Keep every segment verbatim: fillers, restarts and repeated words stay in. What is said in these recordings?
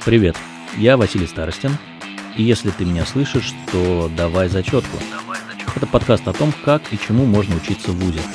Привет, я Василий Старостин, и если ты меня слышишь, то давай зачетку. Это подкаст о том, как и чему можно учиться в вузе.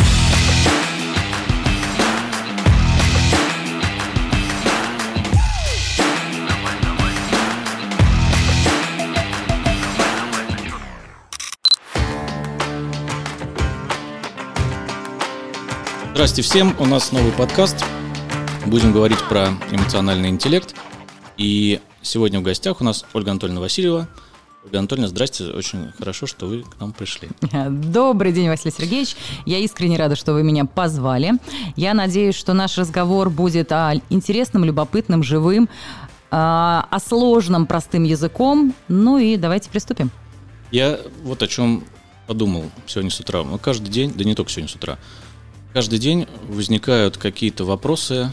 Здравствуйте всем, у нас новый подкаст. Будем говорить про эмоциональный интеллект. И сегодня в гостях у нас Ольга Анатольевна Васильева. Ольга Анатольевна, здрасте, очень хорошо, что вы к нам пришли. Добрый день, Василий Сергеевич. Я искренне рада, что вы меня позвали. Я надеюсь, что наш разговор будет о интересном, любопытном, живым, о сложном, простым языком. Ну и давайте приступим. Я вот о чем подумал сегодня с утра. Ну, каждый день, да не только сегодня с утра, каждый день возникают какие-то вопросы,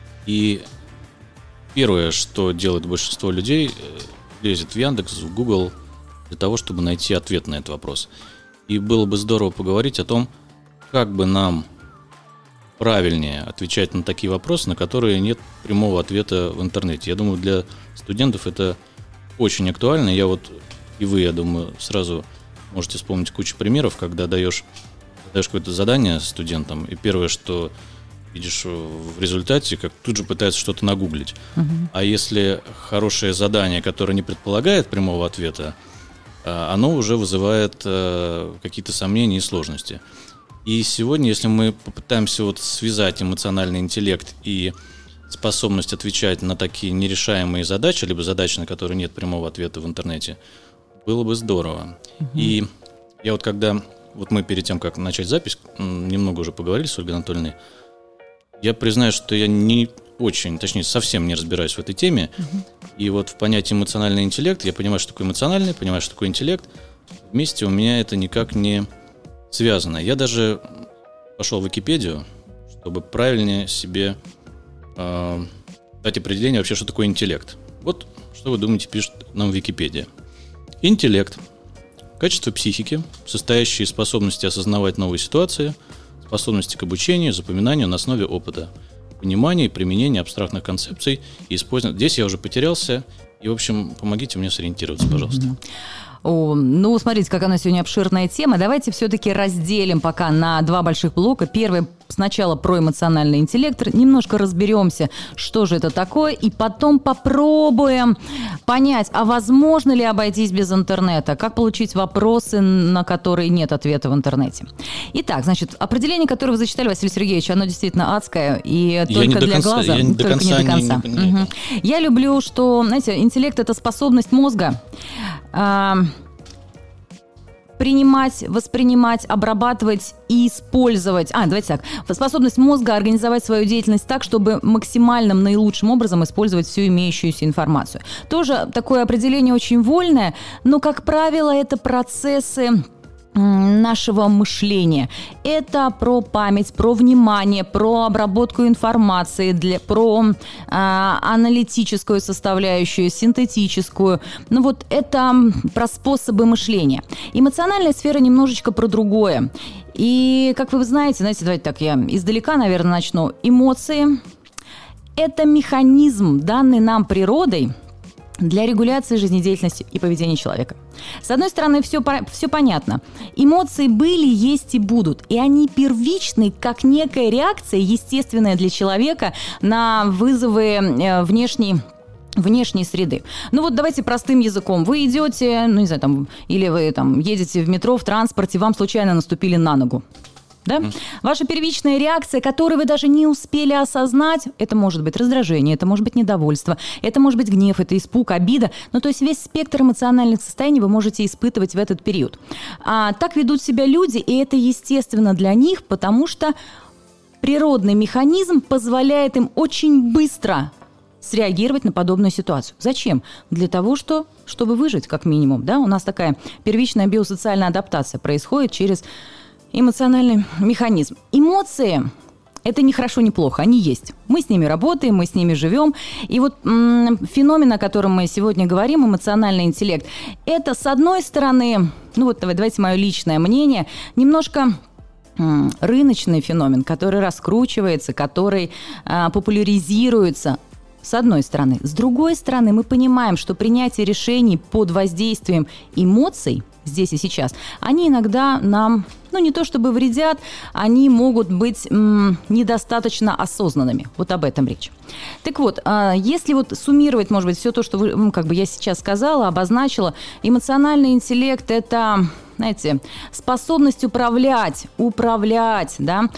и первое, что делает большинство людей, лезет в Яндекс, в Google для того, чтобы найти ответ на этот вопрос. И было бы здорово поговорить о том, как бы нам правильнее отвечать на такие вопросы, на которые нет прямого ответа в интернете. Я думаю, для студентов это очень актуально. Я вот, и вы, я думаю, сразу можете вспомнить кучу примеров, когда даешь даешь какое-то задание студентам, и первое, что видишь в результате, как тут же пытаются что-то нагуглить. Uh-huh. А если хорошее задание, которое не предполагает прямого ответа, оно уже вызывает какие-то сомнения и сложности. И сегодня, если мы попытаемся вот связать эмоциональный интеллект и способность отвечать на такие нерешаемые задачи, либо задачи, на которые нет прямого ответа в интернете, было бы здорово. Uh-huh. И я вот когда... Вот мы перед тем, как начать запись, немного уже поговорили с Ольгой Анатольевной. Я признаю, что я не очень, точнее, совсем не разбираюсь в этой теме. Uh-huh. И вот в понятии эмоциональный интеллект, я понимаю, что такое эмоциональный, понимаю, что такое интеллект. Вместе у меня это никак не связано. Я даже пошел в Википедию, чтобы правильнее себе э, дать определение вообще, что такое интеллект. Вот что вы думаете, пишет нам Википедия. Интеллект. Качество психики, состоящее из способности осознавать новые ситуации, способности к обучению, запоминанию на основе опыта, понимания и применения абстрактных концепций и использования. Здесь я уже потерялся, и, в общем, помогите мне сориентироваться, пожалуйста. О, ну, смотрите, какая у нас сегодня обширная тема. Давайте все-таки разделим пока на два больших блока. Первый сначала про эмоциональный интеллект, немножко разберемся, что же это такое, и потом попробуем понять, а возможно ли обойтись без интернета, как получить вопросы, на которые нет ответа в интернете. Итак, значит, определение, которое вы зачитали, Василий Сергеевич, оно действительно адское, и я только для конца, глаза, я не только до конца не до конца. Не, не, не, угу. Я люблю, что, знаете, интеллект – это способность мозга принимать, воспринимать, обрабатывать и использовать. А, давайте так. Способность мозга организовать свою деятельность так, чтобы максимальным, наилучшим образом использовать всю имеющуюся информацию. Тоже такое определение очень вольное, но, как правило, это процессы нашего мышления. Это про память, про внимание, про обработку информации, для, про а, аналитическую составляющую, синтетическую. Ну вот это про способы мышления. Эмоциональная сфера немножечко про другое. И, как вы знаете, знаете, давайте так, я издалека, наверное, начну. Эмоции – это механизм, данный нам природой, для регуляции жизнедеятельности и поведения человека. С одной стороны, все, все понятно. Эмоции были, есть и будут. И они первичны, как некая реакция, естественная для человека, на вызовы внешней внешней среды. Ну вот давайте простым языком. Вы идете, ну не знаю, там, или вы там едете в метро, в транспорте, вам случайно наступили на ногу. Да? Mm. Ваша первичная реакция, которую вы даже не успели осознать, это может быть раздражение, это может быть недовольство, это может быть гнев, это испуг, обида. Ну, то есть весь спектр эмоциональных состояний вы можете испытывать в этот период. А так ведут себя люди, и это естественно для них, потому что природный механизм позволяет им очень быстро среагировать на подобную ситуацию. Зачем? Для того, что, чтобы выжить, как минимум. Да? У нас такая первичная биосоциальная адаптация происходит через эмоциональный механизм. Эмоции – это не хорошо, не плохо, они есть. Мы с ними работаем, мы с ними живем. И вот м- феномен, о котором мы сегодня говорим, эмоциональный интеллект, это, с одной стороны, ну вот давайте мое личное мнение, немножко м- рыночный феномен, который раскручивается, который а, популяризируется. С одной стороны. С другой стороны, мы понимаем, что принятие решений под воздействием эмоций здесь и сейчас, они иногда нам, ну, не то чтобы вредят, они могут быть м, недостаточно осознанными. Вот об этом речь. Так вот, э, если вот суммировать, может быть, все то, что вы, ну, как бы я сейчас сказала, обозначила, эмоциональный интеллект – это, знаете, способность управлять, управлять, да,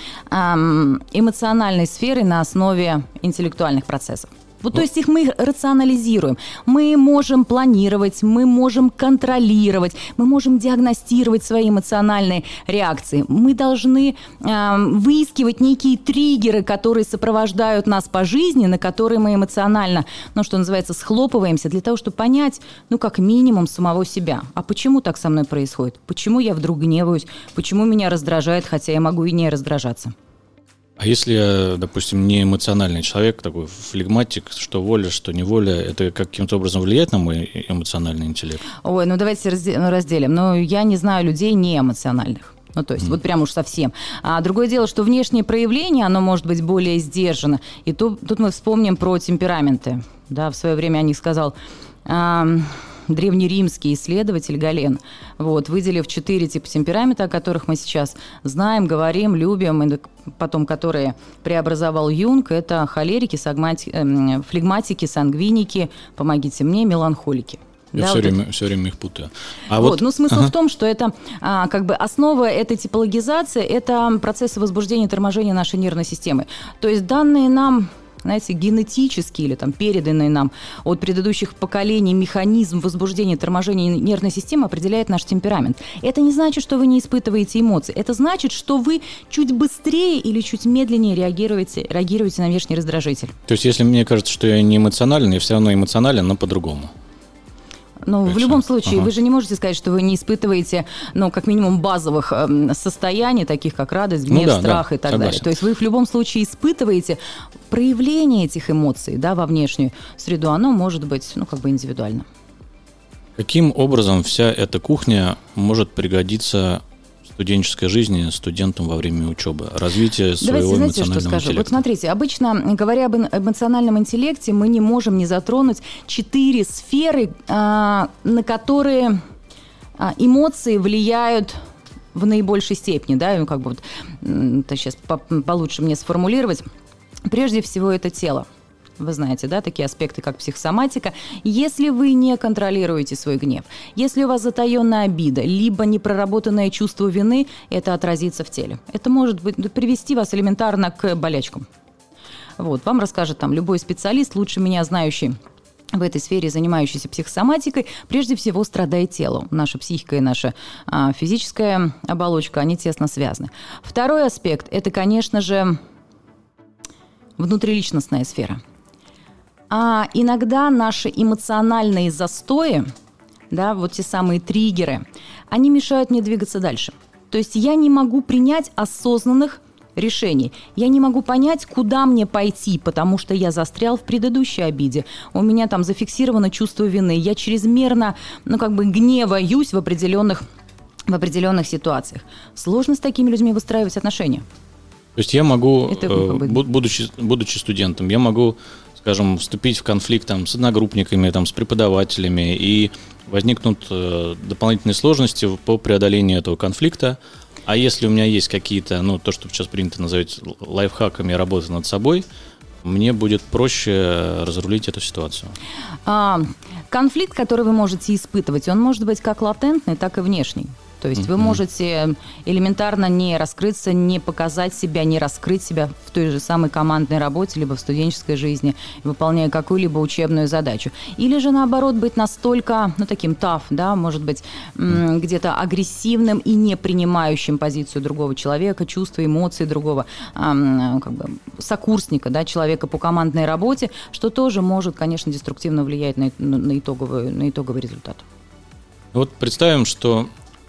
эм, эмоциональной сферой на основе интеллектуальных процессов. Вот, то есть их мы рационализируем. Мы можем планировать, мы можем контролировать, мы можем диагностировать свои эмоциональные реакции. Мы должны э, выискивать некие триггеры, которые сопровождают нас по жизни, на которые мы эмоционально, ну, что называется, схлопываемся, для того, чтобы понять, ну, как минимум, самого себя. А почему так со мной происходит? Почему я вдруг гневаюсь? Почему меня раздражает, хотя я могу и не раздражаться? А если я, допустим, не эмоциональный человек, такой флегматик, что воля, что неволя, это каким-то образом влияет на мой эмоциональный интеллект? Ой, ну давайте разделим. Но я не знаю людей неэмоциональных. Ну, то есть, mm. вот прям уж совсем. А другое дело, что внешнее проявление, оно может быть более сдержано. И тут, тут мы вспомним про темпераменты. Да, в свое время о них сказал э, древнеримский исследователь Гален, вот, выделив четыре типа темперамента, о которых мы сейчас знаем, говорим, любим, и потом которые преобразовал Юнг. Это холерики, сагмати, э, флегматики, сангвиники, помогите мне, меланхолики. Я да, все, вот время, это. все время их путаю. А вот, вот, ну, смысл ага. в том, что это а, как бы основа этой типологизации – это процессы возбуждения и торможения нашей нервной системы. То есть данные нам, знаете, генетические или там переданные нам от предыдущих поколений механизм возбуждения и торможения нервной системы определяет наш темперамент. Это не значит, что вы не испытываете эмоции. Это значит, что вы чуть быстрее или чуть медленнее реагируете, реагируете на внешний раздражитель. То есть, если мне кажется, что я не эмоционален, я все равно эмоционален, но по-другому. Ну, в любом случае, ага. вы же не можете сказать, что вы не испытываете, ну, как минимум, базовых э, состояний, таких как радость, гнев, ну, да, страх да, и так согласен. Далее. То есть вы в любом случае испытываете проявление этих эмоций, да, во внешнюю среду. Оно может быть, ну, как бы индивидуально. Каким образом вся эта кухня может пригодиться в студенческой жизни студентам во время учебы? Развитие своего Давайте, знаете, эмоционального что скажу? интеллекта. Вот смотрите, обычно, говоря об эмоциональном интеллекте, мы не можем не затронуть четыре сферы, на которые эмоции влияют в наибольшей степени. Да? Ну, как бы вот, это сейчас получше мне сформулировать. Прежде всего, это тело. Вы знаете, да, такие аспекты, как психосоматика. Если вы не контролируете свой гнев, если у вас затаенная обида, либо непроработанное чувство вины, это отразится в теле. Это может быть, привести вас элементарно к болячкам. Вот, вам расскажет там любой специалист, лучше меня знающий в этой сфере, занимающийся психосоматикой. Прежде всего страдает тело. Наша психика и наша а, физическая оболочка, они тесно связаны. Второй аспект – это, конечно же, внутриличностная сфера. А иногда наши эмоциональные застои, да, вот те самые триггеры, они мешают мне двигаться дальше. То есть я не могу принять осознанных решений. Я не могу понять, куда мне пойти, потому что я застрял в предыдущей обиде. У меня там зафиксировано чувство вины. Я чрезмерно, ну, как бы гневаюсь в определенных, в определенных ситуациях. Сложно с такими людьми выстраивать отношения. То есть я могу, Это, э, будучи, будучи студентом, я могу, скажем, вступить в конфликт там, с одногруппниками, там, с преподавателями, и возникнут э, дополнительные сложности по преодолению этого конфликта. А если у меня есть какие-то, ну, то, что сейчас принято называть лайфхаками работы над собой, мне будет проще разрулить эту ситуацию. А, конфликт, который вы можете испытывать, он может быть как латентный, так и внешний. То есть mm-hmm. вы можете элементарно не раскрыться, не показать себя, не раскрыть себя в той же самой командной работе, либо в студенческой жизни, выполняя какую-либо учебную задачу. Или же, наоборот, быть настолько, ну, таким tough, да, может быть, м- где-то агрессивным и не принимающим позицию другого человека, чувства, эмоции другого, м- как бы сокурсника, да, человека по командной работе, что тоже может, конечно, деструктивно влиять на, на, итоговый, на итоговый результат. Вот представим, что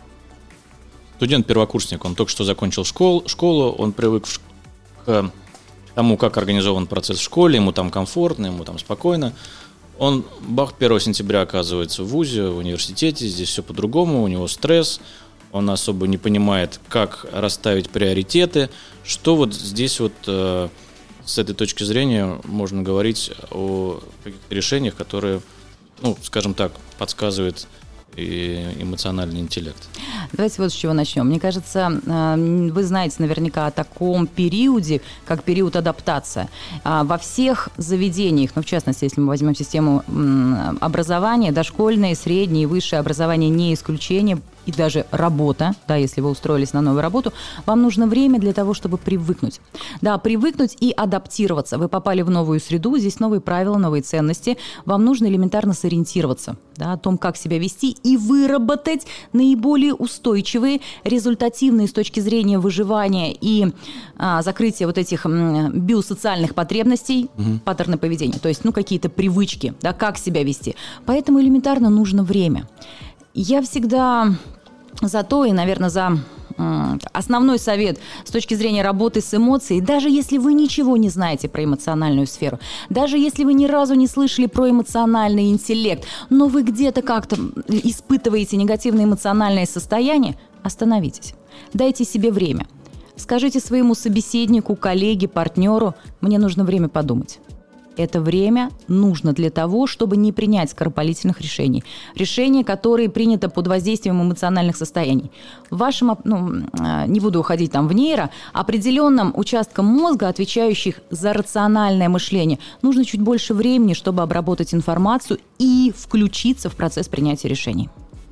студент-первокурсник, он только что закончил школу, школу он привык к тому, как организован процесс в школе, ему там комфортно, ему там спокойно. Он, бах, первого сентября оказывается в вузе, в университете, здесь все по-другому, у него стресс, он особо не понимает, как расставить приоритеты, что вот здесь вот э, с этой точки зрения можно говорить о каких-то решениях, которые, ну, скажем так, подсказывают и эмоциональный интеллект. Давайте вот с чего начнем. Мне кажется, вы знаете наверняка о таком периоде, как период адаптации. Во всех заведениях, ну, в частности, если мы возьмем систему образования, дошкольное, среднее и высшее образование не исключение, и даже работа, да, если вы устроились на новую работу, вам нужно время для того, чтобы привыкнуть. Да, привыкнуть и адаптироваться. Вы попали в новую среду, здесь новые правила, новые ценности. Вам нужно элементарно сориентироваться, да, о том, как себя вести, и выработать наиболее устойчивые, результативные с точки зрения выживания и а, закрытия вот этих м, биосоциальных потребностей, угу. паттерны поведения, то есть, ну, какие-то привычки, да, как себя вести. Поэтому элементарно нужно время. Я всегда за то, и, наверное, за э, основной совет с точки зрения работы с эмоцией, даже если вы ничего не знаете про эмоциональную сферу, даже если вы ни разу не слышали про эмоциональный интеллект, но вы где-то как-то испытываете негативное эмоциональное состояние, остановитесь, дайте себе время. Скажите своему собеседнику, коллеге, партнеру: мне нужно время подумать. Это время нужно для того, чтобы не принять скоропалительных решений. Решения, которые приняты под воздействием эмоциональных состояний. В вашем, ну, не буду уходить там в нейро, определенным участкам мозга, отвечающих за рациональное мышление, нужно чуть больше времени, чтобы обработать информацию и включиться в процесс принятия решений.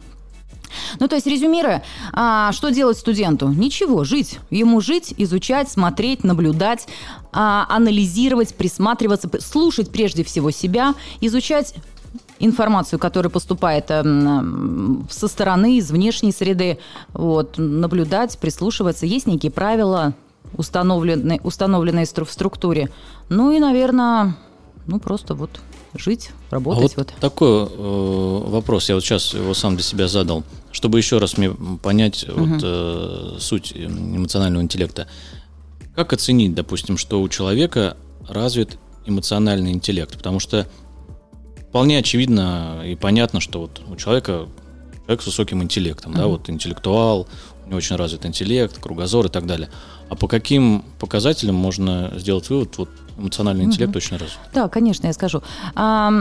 Ну, то есть, резюмируя, а, что делать студенту? Ничего, жить. Ему жить, изучать, смотреть, наблюдать, а, анализировать, присматриваться, слушать прежде всего себя, изучать информацию, которая поступает а, со стороны, из внешней среды, вот, наблюдать, прислушиваться. Есть некие правила, установленные, установленные в структуре. Ну и, наверное, ну, просто вот... жить, работать. А вот, вот. такой э, вопрос, я вот сейчас его сам для себя задал, чтобы еще раз мне понять угу. вот, э, суть эмоционального интеллекта. Как оценить, допустим, что у человека развит эмоциональный интеллект? Потому что вполне очевидно и понятно, что вот у человека человек с высоким интеллектом, угу. да, вот интеллектуал, у него очень развит интеллект, кругозор и так далее. А по каким показателям можно сделать вывод, вот эмоциональный интеллект угу. очень развит? Да, конечно, я скажу. А,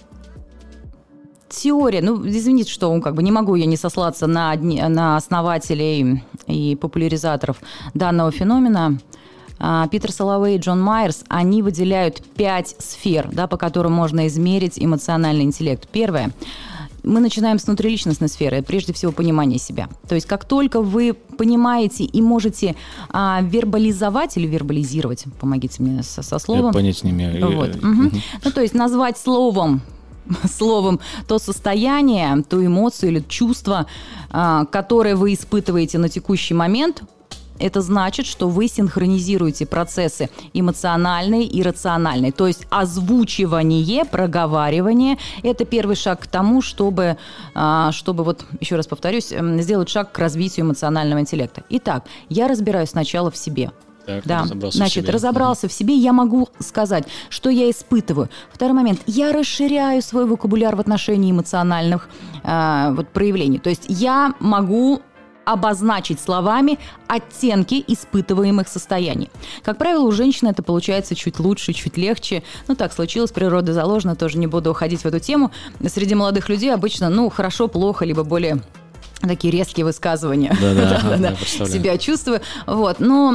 теория, ну, извините, что как бы не могу я не сослаться на, одни, на основателей и популяризаторов данного феномена. А, Питер Соловей и Джон Майерс, они выделяют пять сфер, да, по которым можно измерить эмоциональный интеллект. Первое. Мы начинаем с внутриличностной сферы, прежде всего понимание себя. То есть как только вы понимаете и можете а, вербализовать или вербализировать, помогите мне со, со словом. Я понять не имею. Вот. Угу. Угу. Ну, то есть назвать словом, словом то состояние, ту эмоцию или чувство, а, которое вы испытываете на текущий момент. Это значит, что вы синхронизируете процессы эмоциональные и рациональные. То есть озвучивание, проговаривание – это первый шаг к тому, чтобы, чтобы, вот еще раз повторюсь, сделать шаг к развитию эмоционального интеллекта. Итак, я разбираюсь сначала в себе. Так, да. разобрался Значит, в себе. разобрался в себе, я могу сказать, что я испытываю. Второй момент. Я расширяю свой вокабуляр в отношении эмоциональных э, вот, проявлений. То есть я могу обозначить словами оттенки испытываемых состояний. Как правило, у женщины это получается чуть лучше, чуть легче. Ну, так случилось, природа заложена, тоже не буду уходить в эту тему. Среди молодых людей обычно, ну, хорошо, плохо, либо более такие резкие высказывания. Да-да, себя чувствую. Вот, но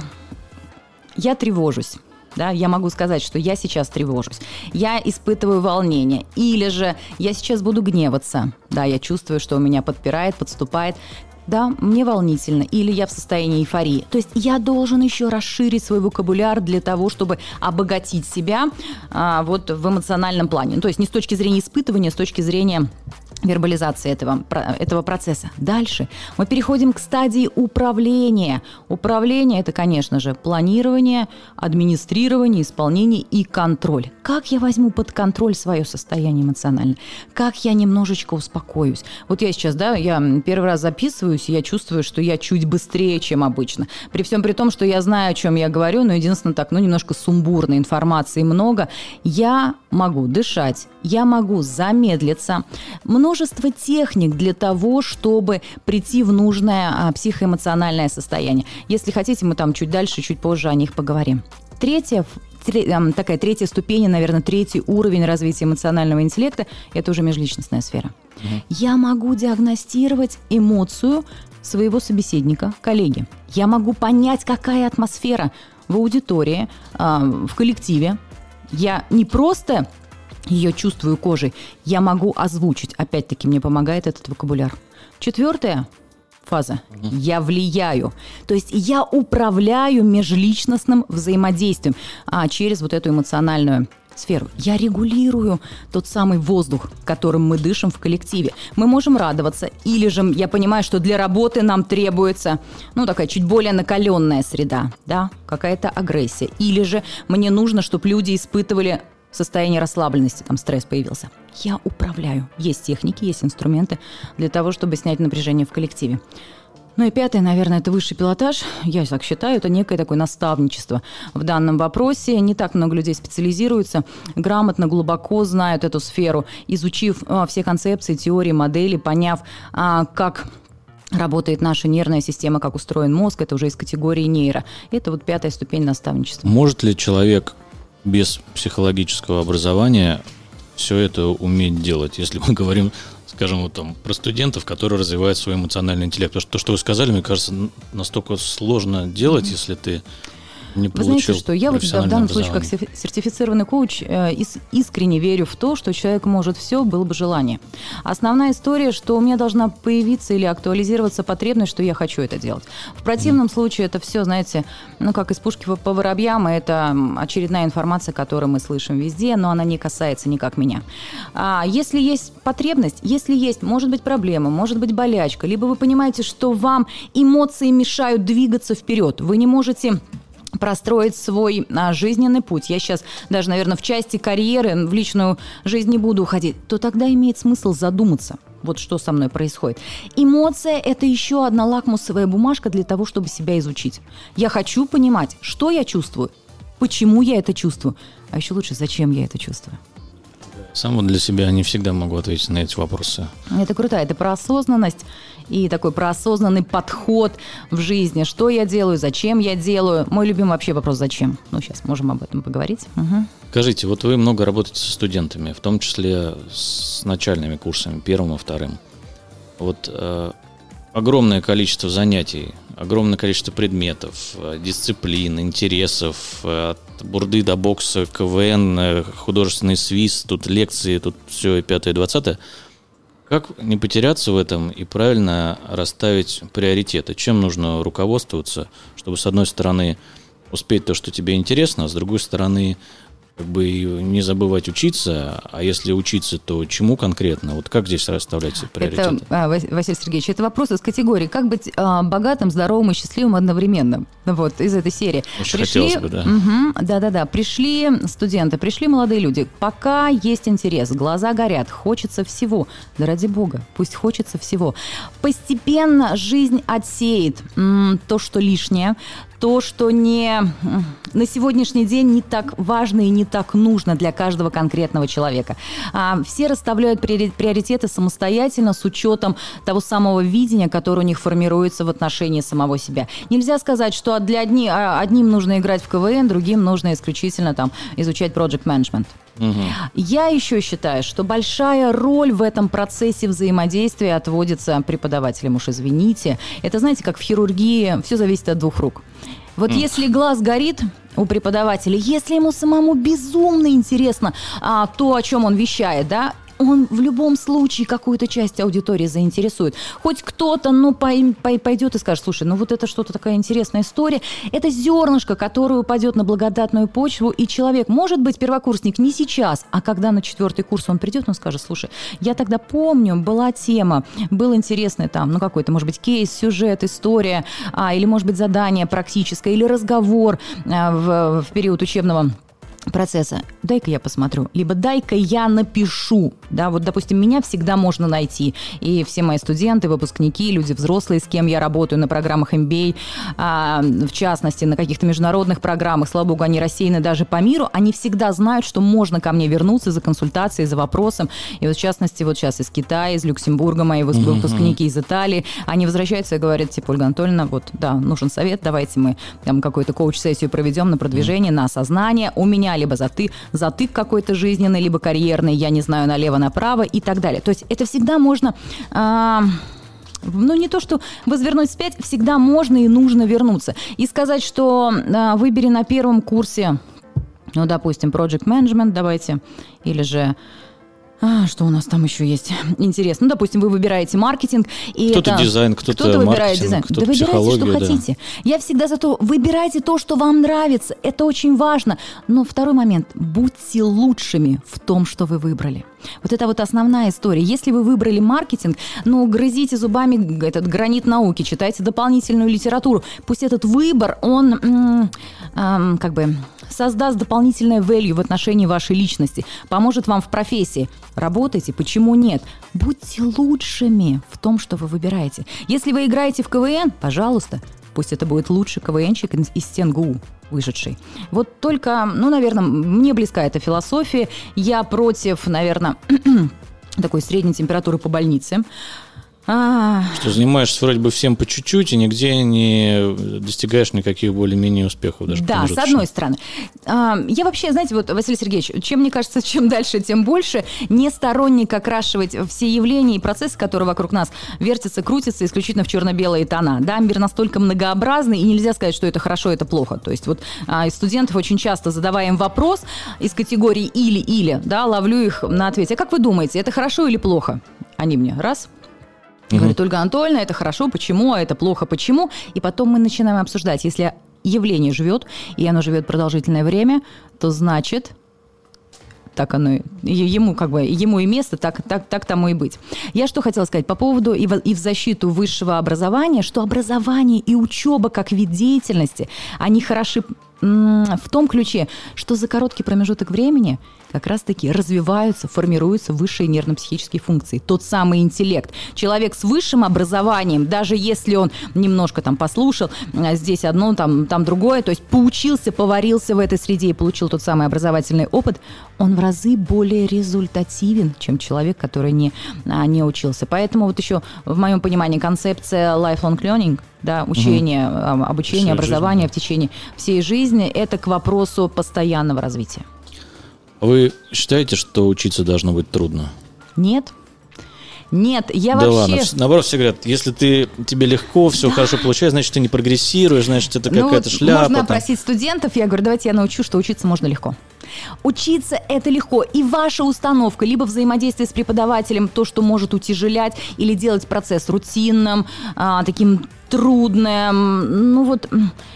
я тревожусь. Да, я могу сказать, что я сейчас тревожусь, я испытываю волнение, или же я сейчас буду гневаться, да, я чувствую, что у меня подпирает, подступает. Да, мне волнительно, или я в состоянии эйфории. То есть я должен еще расширить свой вокабуляр для того, чтобы обогатить себя а, вот в эмоциональном плане. Ну, то есть не с точки зрения испытывания, а с точки зрения вербализации этого, этого процесса. Дальше мы переходим к стадии управления. Управление – это, конечно же, планирование, администрирование, исполнение и контроль. Как я возьму под контроль свое состояние эмоциональное? Как я немножечко успокоюсь? Вот я сейчас, да, я первый раз записываюсь, и я чувствую, что я чуть быстрее, чем обычно. При всем при том, что я знаю, о чем я говорю, но единственное так, ну, немножко сумбурно, информации много. Я могу дышать, я могу замедлиться. Множество техник для того, чтобы прийти в нужное а, психоэмоциональное состояние. Если хотите, мы там чуть дальше, чуть позже о них поговорим. Третья тре- такая третья ступень, наверное, третий уровень развития эмоционального интеллекта – это уже межличностная сфера. Угу. Я могу диагностировать эмоцию своего собеседника, коллеги. Я могу понять, какая атмосфера в аудитории, в коллективе. Я не просто ее чувствую кожей, я могу озвучить. Опять-таки, мне помогает этот вокабуляр. Четвертая фаза. Я влияю. То есть я управляю межличностным взаимодействием а, через вот эту эмоциональную сферу. Я регулирую тот самый воздух, которым мы дышим в коллективе. Мы можем радоваться, или же я понимаю, что для работы нам требуется, ну, такая чуть более накаленная среда, да, какая-то агрессия. Или же мне нужно, чтобы люди испытывали состояние расслабленности, там стресс появился. Я управляю. Есть техники, есть инструменты для того, чтобы снять напряжение в коллективе. Ну и пятое, наверное, это высший пилотаж. Я так считаю, это некое такое наставничество в данном вопросе. Не так много людей специализируются, грамотно, глубоко знают эту сферу, изучив а, все концепции, теории, модели, поняв, а, как работает наша нервная система, как устроен мозг. Это уже из категории нейро. Это вот пятая ступень наставничества. Может ли человек без психологического образования все это уметь делать, если мы говорим, скажем, вот там про студентов, которые развивают свой эмоциональный интеллект? Потому что то, что вы сказали, мне кажется, настолько сложно делать, mm-hmm. если ты не Вы получил знаете, что я вот в данном случае как сертифицированный коуч э, искренне верю в то, что человек может все, было бы желание. Основная история, что у меня должна появиться или актуализироваться потребность, что я хочу это делать. В противном mm. случае это все, знаете, ну как из пушки по воробьям, это очередная информация, которую мы слышим везде, но она не касается никак меня. А если есть потребность, если есть, может быть, проблема, может быть, болячка, либо вы понимаете, что вам эмоции мешают двигаться вперед, вы не можете простроить свой а, жизненный путь. Я сейчас даже, наверное, в части карьеры, в личную жизнь не буду уходить, то тогда имеет смысл задуматься, вот что со мной происходит. Эмоция – это еще одна лакмусовая бумажка для того, чтобы себя изучить. Я хочу понимать, что я чувствую, почему я это чувствую, а еще лучше, зачем я это чувствую. Сам вот для себя не всегда могу ответить на эти вопросы. Это круто, это про осознанность и такой про осознанный подход в жизни. Что я делаю, зачем я делаю. Мой любимый вообще вопрос «зачем?». Ну, сейчас можем об этом поговорить. Угу. Скажите, вот вы много работаете со студентами, в том числе с начальными курсами, первым и вторым. Вот э, огромное количество занятий, огромное количество предметов, дисциплин, интересов, от бурды до бокса, КВН, художественный свист, тут лекции, тут все и пятое, и двадцатое. Как не потеряться в этом и правильно расставить приоритеты? Чем нужно руководствоваться, чтобы, с одной стороны, успеть то, что тебе интересно, а с другой стороны, как бы не забывать учиться, а если учиться, то чему конкретно? Вот как здесь расставлять приоритеты? Это, Василий Сергеевич, это вопрос из категории «Как быть а, богатым, здоровым и счастливым одновременно?» Вот, из этой серии. Очень пришли, хотелось бы, да. Угу, да-да-да. Пришли студенты, пришли молодые люди. Пока есть интерес, глаза горят, хочется всего. Да ради бога, пусть хочется всего. Постепенно жизнь отсеет м, то, что лишнее, то, что не, на сегодняшний день не так важно и не так нужно для каждого конкретного человека. А, все расставляют приоритеты самостоятельно с учетом того самого видения, которое у них формируется в отношении самого себя. Нельзя сказать, что для одни, одним нужно играть в КВН, другим нужно исключительно там, изучать project management. Угу. Я еще считаю, что большая роль в этом процессе взаимодействия отводится преподавателям, уж извините. Это, знаете, как в хирургии, все зависит от двух рук. Вот mm. если глаз горит у преподавателя, если ему самому безумно интересно а, то, о чем он вещает, да, он в любом случае какую-то часть аудитории заинтересует. Хоть кто-то, ну, пойдет и скажет: слушай, ну вот это что-то такая интересная история. Это зернышко, которое упадет на благодатную почву, и человек, может быть, первокурсник не сейчас, а когда на четвертый курс он придет, он скажет: слушай, я тогда помню, была тема, был интересный там, ну, какой-то, может быть, кейс, сюжет, история, а, или, может быть, задание практическое, или разговор а, в, в период учебного процесса. Дай-ка я посмотрю, либо дай-ка я напишу. Да, вот, допустим, меня всегда можно найти. И все мои студенты, выпускники, люди взрослые, с кем я работаю на программах эм би эй, а, в частности, на каких-то международных программах, слава богу, они рассеяны даже по миру, они всегда знают, что можно ко мне вернуться за консультацией, за вопросом. И вот, в частности, вот сейчас из Китая, из Люксембурга, мои выпускники из Италии, они возвращаются и говорят, типа, Ольга Анатольевна, вот, да, нужен совет, давайте мы там какую-то коуч-сессию проведем на продвижение, на осознание. У меня либо затык, затык какой-то жизненный, либо карьерный, я не знаю, налево-направо и так далее. То есть это всегда можно... А- Ну, не то, что возвернуть вспять, всегда можно и нужно вернуться. И сказать, что а, выбери на первом курсе, ну, допустим, Project Management, давайте, или же... А, что у нас там еще есть? Интересно. Ну, допустим, вы выбираете маркетинг. И кто-то это... дизайн, кто-то, кто-то выбирает маркетинг, дизайн. кто-то да выбирайте, что да. хотите. Я всегда за то, выбирайте то, что вам нравится. Это очень важно. Но второй момент. Будьте лучшими в том, что вы выбрали. Вот это вот основная история. Если вы выбрали маркетинг, ну, грызите зубами этот гранит науки, читайте дополнительную литературу. Пусть этот выбор, он м- м- как бы... создаст дополнительное value в отношении вашей личности, поможет вам в профессии. Работайте, почему нет? Будьте лучшими в том, что вы выбираете. Если вы играете в ка вэ эн, пожалуйста, пусть это будет лучший ка вэ энщик из стен гэ у вышедший. Вот только, ну, наверное, мне близка эта философия. Я против, наверное, такой средней температуры по больнице. А... Что занимаешься вроде бы всем по чуть-чуть и нигде не достигаешь никаких более-менее успехов. Даже да, с одной стороны. А, я вообще, знаете, вот, Василий Сергеевич, чем, мне кажется, чем дальше, тем больше, не сторонник окрашивать все явления и процессы, которые вокруг нас вертятся, крутятся исключительно в черно-белые тона. Да, мир настолько многообразный, и нельзя сказать, что это хорошо, это плохо. То есть вот а, из студентов очень часто, задавая им вопрос из категории «или-или», да, ловлю их на ответе. А как вы думаете, это хорошо или плохо? Они мне раз... Говорит, Ольга Анатольевна, это хорошо, почему, а это плохо, почему? И потом мы начинаем обсуждать. Если явление живет, и оно живет продолжительное время, то значит, так оно, ему как бы, ему и место, так, так, так тому и быть. Я что хотела сказать по поводу и в, и в защиту высшего образования, что образование и учеба как вид деятельности, они хороши в том ключе, что за короткий промежуток времени как раз-таки развиваются, формируются высшие нервно-психические функции. Тот самый интеллект. Человек с высшим образованием, даже если он немножко там послушал, здесь одно, там, там другое, то есть поучился, поварился в этой среде и получил тот самый образовательный опыт, он в разы более результативен, чем человек, который не, не учился. Поэтому вот еще в моем понимании концепция lifelong learning, да, учение, угу. обучение, всей образование жизни, да. в течение всей жизни, это к вопросу постоянного развития. Вы считаете, что учиться должно быть трудно? Нет. Нет, я да вообще... ладно, наоборот, все говорят, если ты, тебе легко, все да. хорошо получается, значит, ты не прогрессируешь, значит, это ну, какая-то шляпа. Можно там. опросить студентов, я говорю, давайте я научу, что учиться можно легко. Учиться это легко. И ваша установка, либо взаимодействие с преподавателем, то, что может утяжелять или делать процесс рутинным, а, таким трудным, ну вот...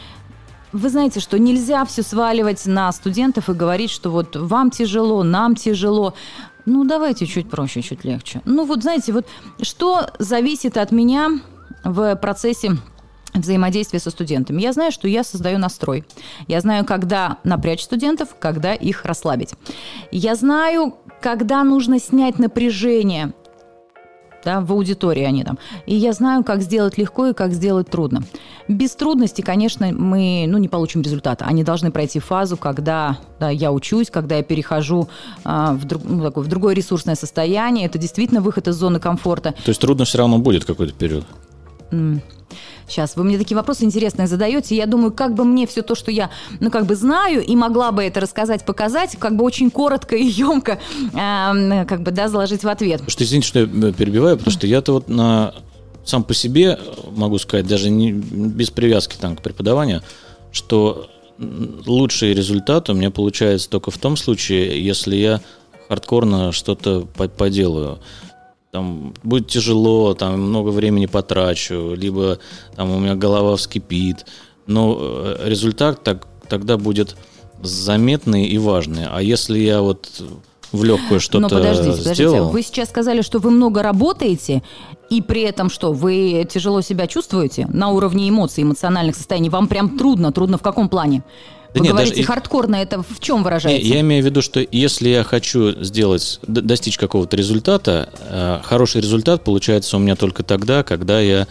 Вы знаете, что нельзя все сваливать на студентов и говорить, что вот вам тяжело, нам тяжело. Ну, давайте чуть проще, чуть легче. Ну, вот знаете, вот что зависит от меня в процессе взаимодействия со студентами? Я знаю, что я создаю настрой. Я знаю, когда напрячь студентов, когда их расслабить. Я знаю, когда нужно снять напряжение. Да, в аудитории они там. И я знаю, как сделать легко и как сделать трудно. Без трудностей, конечно, мы ну, не получим результата. Они должны пройти фазу, когда да, я учусь, когда я перехожу а, в, друг, ну, такое, в другое ресурсное состояние. Это действительно выход из зоны комфорта. То есть трудно все равно будет какой-то период? Mm. Сейчас, вы мне такие вопросы интересные задаете. Я думаю, как бы мне все то, что я, ну, как бы знаю и могла бы это рассказать, показать, как бы очень коротко и емко, э, как бы, да, заложить в ответ. Что, извините, что я перебиваю, потому что я-то вот на, сам по себе могу сказать, даже не, без привязки там, к преподаванию, что лучший результат у меня получается только в том случае, если я хардкорно что-то поделаю. Там будет тяжело, там много времени потрачу, либо там у меня голова вскипит. Но результат так, тогда будет заметный и важный. А если я вот в легкую что-то сделал... Но подождите, подождите. Вы сейчас сказали, что вы много работаете, и при этом что, вы тяжело себя чувствуете на уровне эмоций, эмоциональных состояний? Вам прям трудно? Трудно в каком плане? Вы нет, говорите, даже... хардкорно это в чем выражается? Я имею в виду, что если я хочу сделать, достичь какого-то результата, хороший результат получается у меня только тогда, когда я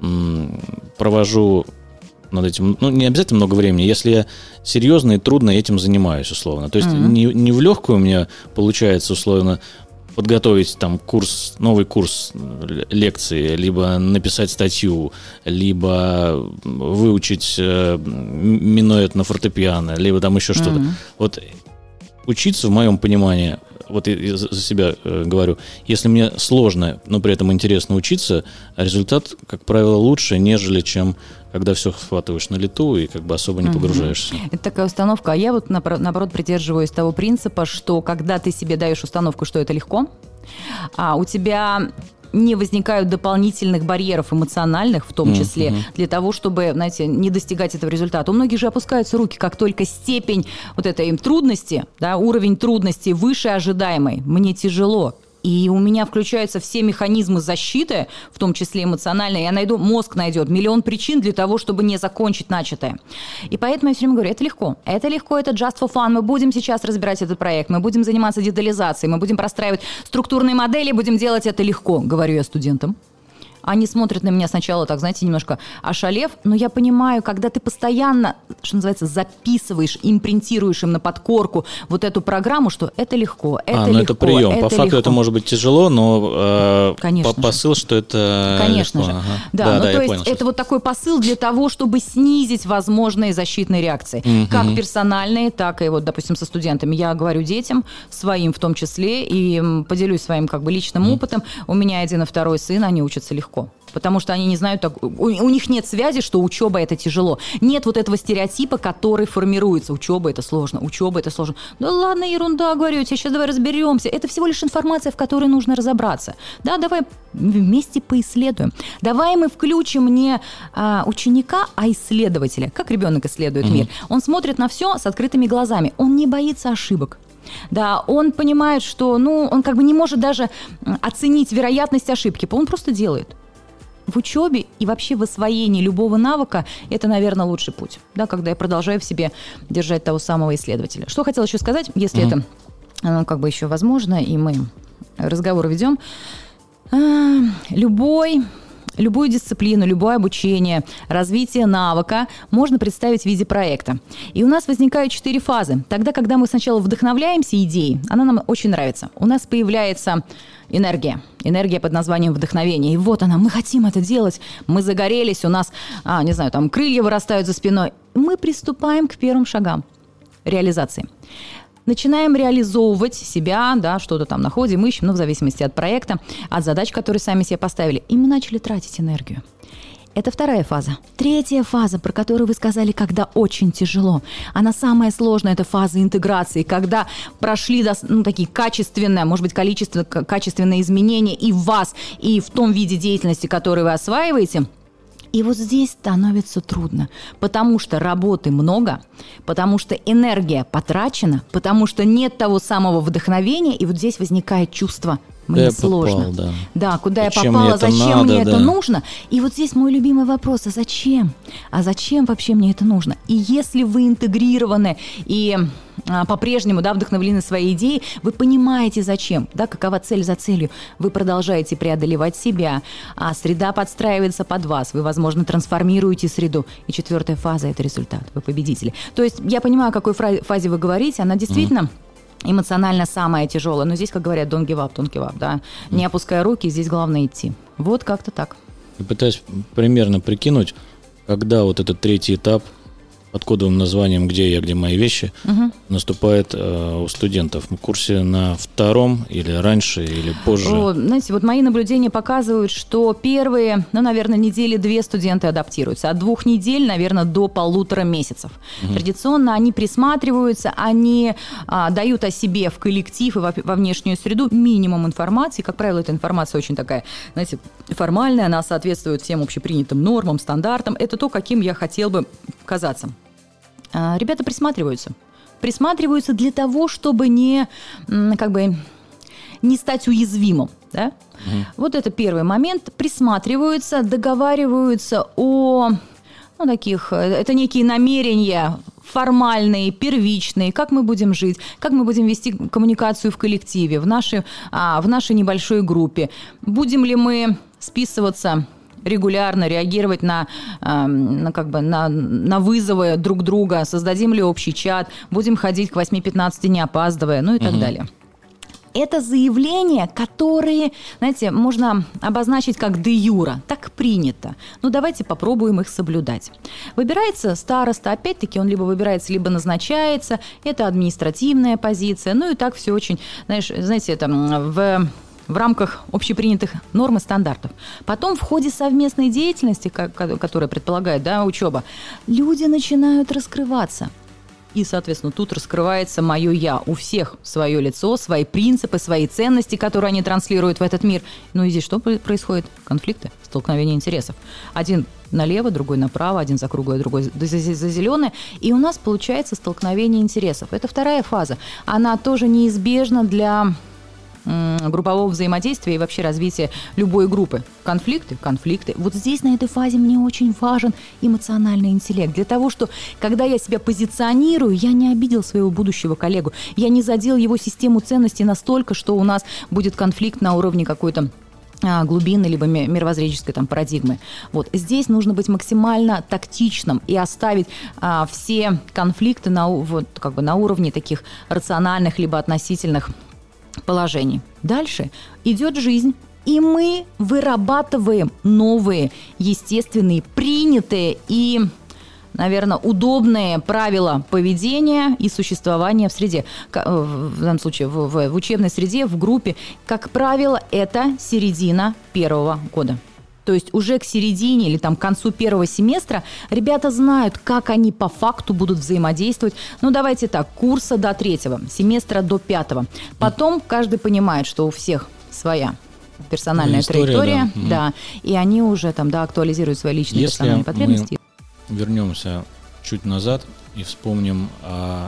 провожу над этим, ну, не обязательно много времени, если я серьезно и трудно этим занимаюсь, условно. То есть mm-hmm. не, не в легкую у меня получается, условно, подготовить там курс, новый курс лекции, либо написать статью, либо выучить э, минуэт на фортепиано, либо там еще mm-hmm. что-то. Вот учиться, в моем понимании, вот я за себя э, говорю, если мне сложно, но при этом интересно учиться, результат, как правило, лучше, нежели чем когда все схватываешь на лету и как бы особо не угу. погружаешься. Это такая установка. А я вот, наоборот, придерживаюсь того принципа, что когда ты себе даешь установку, что это легко, а у тебя не возникают дополнительных барьеров эмоциональных, в том числе, mm-hmm. для того, чтобы, знаете, не достигать этого результата. У многих же опускаются руки, как только степень вот этой им трудности, да, уровень трудности выше ожидаемой. Мне тяжело. И у меня включаются все механизмы защиты, в том числе эмоциональные. Я найду, мозг найдет миллион причин для того, чтобы не закончить начатое. И поэтому я все время говорю, это легко. Это легко, это just for fun. Мы будем сейчас разбирать этот проект, мы будем заниматься детализацией, мы будем простраивать структурные модели, будем делать это легко, говорю я студентам. Они смотрят на меня сначала, так, знаете, немножко ошалев, но я понимаю, когда ты постоянно, что называется, записываешь, импринтируешь им на подкорку вот эту программу, что это легко, это а, ну легко, это прием. Это По факту легко. Это может быть тяжело, но э, по посыл, что это Конечно легко. же. Ага. Да, да, ну да, то есть понял, это вот такой посыл для того, чтобы снизить возможные защитные реакции. Mm-hmm. Как персональные, так и вот, допустим, со студентами. Я говорю детям, своим в том числе, и поделюсь своим как бы личным mm-hmm. опытом. У меня один и второй сын, они учатся легко. Потому что они не знают, так, у, у них нет связи, что учеба – это тяжело. Нет вот этого стереотипа, который формируется. Учеба – это сложно, учеба – это сложно. Да ладно, ерунда, говорю, тебе сейчас давай разберемся. Это всего лишь информация, в которой нужно разобраться. Да, давай вместе поисследуем. Давай мы включим не а, ученика, а исследователя. Как ребенок исследует mm-hmm. мир. Он смотрит на все с открытыми глазами. Он не боится ошибок. Да, он понимает, что ну, он как бы не может даже оценить вероятность ошибки. Он просто делает. В учебе и вообще в освоении любого навыка это, наверное, лучший путь, да, когда я продолжаю в себе держать того самого исследователя. Что хотела еще сказать, если mm-hmm. это ну, как бы еще возможно, и мы разговор ведем. А, любой... Любую дисциплину, любое обучение, развитие навыка можно представить в виде проекта. И у нас возникают четыре фазы. Тогда, когда мы сначала вдохновляемся идеей, она нам очень нравится. У нас появляется энергия. Энергия под названием вдохновение. И вот она, мы хотим это делать. Мы загорелись, у нас, а, не знаю, там крылья вырастают за спиной. Мы приступаем к первым шагам реализации. Начинаем реализовывать себя, да, что-то там находим, ищем, ну, в зависимости от проекта, от задач, которые сами себе поставили. И мы начали тратить энергию. Это вторая фаза. Третья фаза, про которую вы сказали, когда очень тяжело. Она самая сложная, это фаза интеграции, когда прошли ну, такие качественные, может быть, количество, качественные изменения и в вас, и в том виде деятельности, который вы осваиваете. И вот здесь становится трудно, потому что работы много, потому что энергия потрачена, потому что нет того самого вдохновения, и вот здесь возникает чувство «мне я сложно». Попал, да. да, куда зачем я попала, зачем надо, мне да. это нужно? И вот здесь мой любимый вопрос, а зачем? А зачем вообще мне это нужно? И если вы интегрированы и а, по-прежнему да, вдохновлены своей идеей, вы понимаете зачем, да, какова цель за целью. Вы продолжаете преодолевать себя, а среда подстраивается под вас, вы, возможно, трансформируете среду. И четвертая фаза – это результат, вы победители. То есть я понимаю, о какой фазе вы говорите, она действительно… Mm. эмоционально самое тяжелое. Но здесь, как говорят, don't give up, don't give up, да. Не опуская руки, здесь главное идти. Вот как-то так. Я пытаюсь примерно прикинуть, когда вот этот третий этап под кодовым названием «Где я, где мои вещи» угу. наступает э, у студентов. В курсе на втором или раньше, или позже? О, знаете, вот мои наблюдения показывают, что первые, ну, наверное, недели две студенты адаптируются. От двух недель, наверное, до полутора месяцев. Угу. Традиционно они присматриваются, они а, дают о себе в коллектив и во, во внешнюю среду минимум информации. Как правило, эта информация очень такая, знаете, формальная, она соответствует всем общепринятым нормам, стандартам. Это то, каким я хотел бы казаться. Ребята присматриваются. Присматриваются для того, чтобы не, как бы, не стать уязвимым. Да? Угу. Вот это первый момент. Присматриваются, договариваются о ну, таких... Это некие намерения формальные, первичные, как мы будем жить, как мы будем вести коммуникацию в коллективе, в нашей, а, в нашей небольшой группе. Будем ли мы списываться регулярно, реагировать на, на, как бы, на, на вызовы друг друга, создадим ли общий чат, будем ходить к восьми пятнадцати не опаздывая, ну и так угу. далее. Это заявления, которые, знаете, можно обозначить как де юра, так принято. Ну, давайте попробуем их соблюдать. Выбирается староста, опять-таки он либо выбирается, либо назначается, это административная позиция, ну и так все очень, знаешь, знаете, это в... в рамках общепринятых норм и стандартов. Потом в ходе совместной деятельности, которая предполагает, да, учеба, люди начинают раскрываться. И, соответственно, тут раскрывается мое «я». У всех свое лицо, свои принципы, свои ценности, которые они транслируют в этот мир. Ну и здесь что происходит? Конфликты, столкновение интересов. Один налево, другой направо, один за круглое, другой за, за зеленое. И у нас получается столкновение интересов. Это вторая фаза. Она тоже неизбежна для группового взаимодействия и вообще развития любой группы. Конфликты, конфликты. Вот здесь, на этой фазе, мне очень важен эмоциональный интеллект. Для того, что, когда я себя позиционирую, я не обидел своего будущего коллегу, я не задел его систему ценностей настолько, что у нас будет конфликт на уровне какой-то глубины, либо мировоззренческой там, парадигмы. Вот. Здесь нужно быть максимально тактичным и оставить а, все конфликты на, вот, как бы на уровне таких рациональных, либо относительных положений. Дальше идет жизнь, и мы вырабатываем новые, естественные, принятые и, наверное, удобные правила поведения и существования в среде. В данном случае в, в, в учебной среде, в группе. Как правило, это середина первого года. То есть уже к середине или там, к концу первого семестра ребята знают, как они по факту будут взаимодействовать. Ну, давайте так, курса до третьего, семестра до пятого. Потом каждый понимает, что у всех своя персональная история, траектория. Да. Да, и они уже там, да, актуализируют свои личные Если персональные потребности. Мы вернемся чуть назад и вспомним о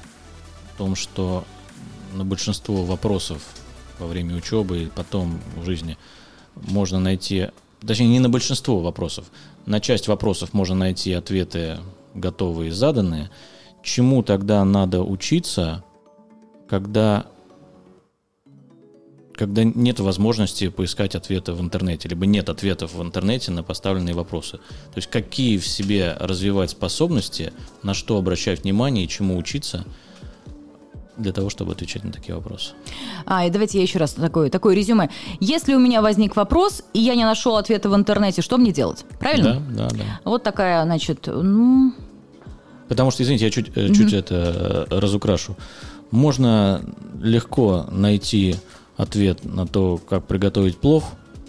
том, что на большинство вопросов во время учебы и потом в жизни можно найти... Точнее, не на большинство вопросов. На часть вопросов можно найти ответы готовые, заданные. Чему тогда надо учиться, когда, когда нет возможности поискать ответы в интернете, либо нет ответов в интернете на поставленные вопросы? То есть какие в себе развивать способности, на что обращать внимание и чему учиться для того, чтобы отвечать на такие вопросы. А, и давайте я еще раз такое, такое резюме. Если у меня возник вопрос, и я не нашел ответа в интернете, что мне делать? Правильно? Да, да, да. Вот такая, значит, ну... Потому что, извините, я чуть, mm-hmm. чуть это разукрашу. Можно легко найти ответ на то, как приготовить плов,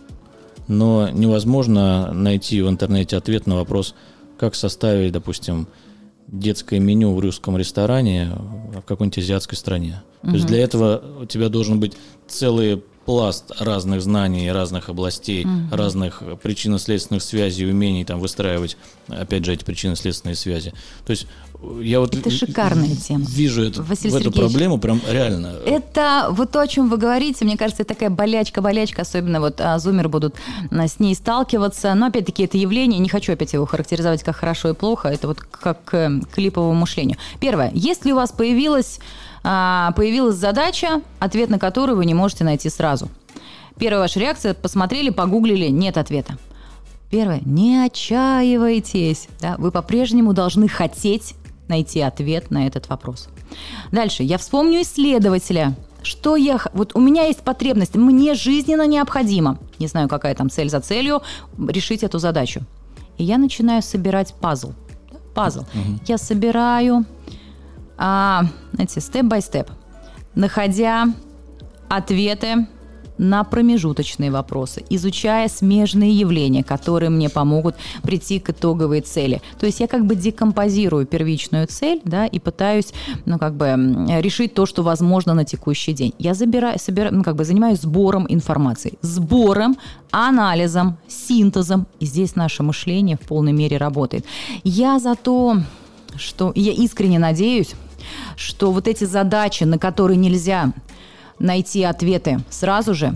но невозможно найти в интернете ответ на вопрос, как составить, допустим, детское меню в русском ресторане в какой-нибудь азиатской стране. Угу. То есть для этого у тебя должен быть целый пласт разных знаний, разных областей, угу. разных причинно-следственных связей, умений там выстраивать, опять же, эти причинно-следственные связи. То есть я вот это шикарная тема. Вижу это, в эту проблему прям реально. Это вот то, о чем вы говорите, мне кажется, это такая болячка-болячка, особенно вот а, зумеры будут а, с ней сталкиваться. Но опять-таки это явление, не хочу опять его характеризовать как хорошо и плохо, это вот как к клиповому мышлению. Первое, если у вас появилась, а, появилась задача, ответ на которую вы не можете найти сразу. Первая ваша реакция, посмотрели, погуглили, нет ответа. Первое, не отчаивайтесь, да, вы по-прежнему должны хотеть найти ответ на этот вопрос. Дальше. Я вспомню исследователя. Что я... Вот у меня есть потребность, мне жизненно необходимо, не знаю, какая там цель за целью, решить эту задачу. И я начинаю собирать пазл. Пазл. Угу. Я собираю, а, знаете, степ-бай-степ, находя ответы на промежуточные вопросы, изучая смежные явления, которые мне помогут прийти к итоговой цели. То есть я как бы декомпозирую первичную цель, да, и пытаюсь, ну, как бы решить то, что возможно на текущий день. Я забираю, собираю, ну, как бы занимаюсь сбором информации, сбором, анализом, синтезом. И здесь наше мышление в полной мере работает. Я за то, что я искренне надеюсь, что вот эти задачи, на которые нельзя найти ответы сразу же,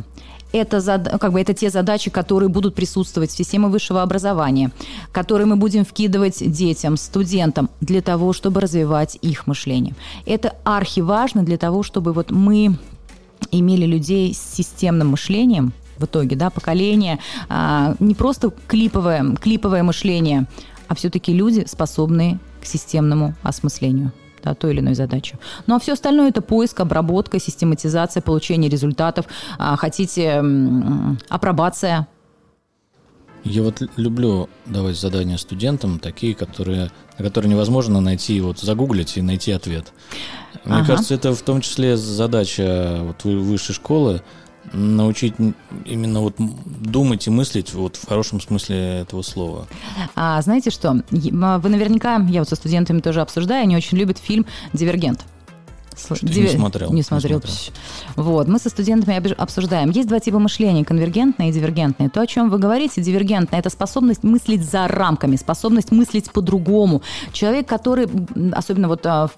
это, как бы, это те задачи, которые будут присутствовать в системе высшего образования, которые мы будем вкидывать детям, студентам, для того, чтобы развивать их мышление. Это архиважно для того, чтобы вот мы имели людей с системным мышлением, в итоге, да, поколение, а, не просто клиповое, клиповое мышление, а все-таки люди, способные к системному осмыслению, да, той или иной задачи. Ну а все остальное – это поиск, обработка, систематизация, получение результатов, а, хотите м- апробация. Я вот люблю давать задания студентам, такие, которые, на которые невозможно найти, вот загуглить и найти ответ. Мне ага. кажется, это в том числе задача вот высшей школы, научить именно вот думать и мыслить вот в хорошем смысле этого слова. А знаете что? Вы наверняка, я вот со студентами тоже обсуждаю, они очень любят фильм «Дивергент». Дивер... Не смотрел. Не смотрел. Не смотрел. Вот. Мы со студентами обсуждаем. Есть два типа мышления: конвергентное и дивергентное. То, о чем вы говорите, дивергентное – это способность мыслить за рамками, способность мыслить по-другому. Человек, который, особенно вот в,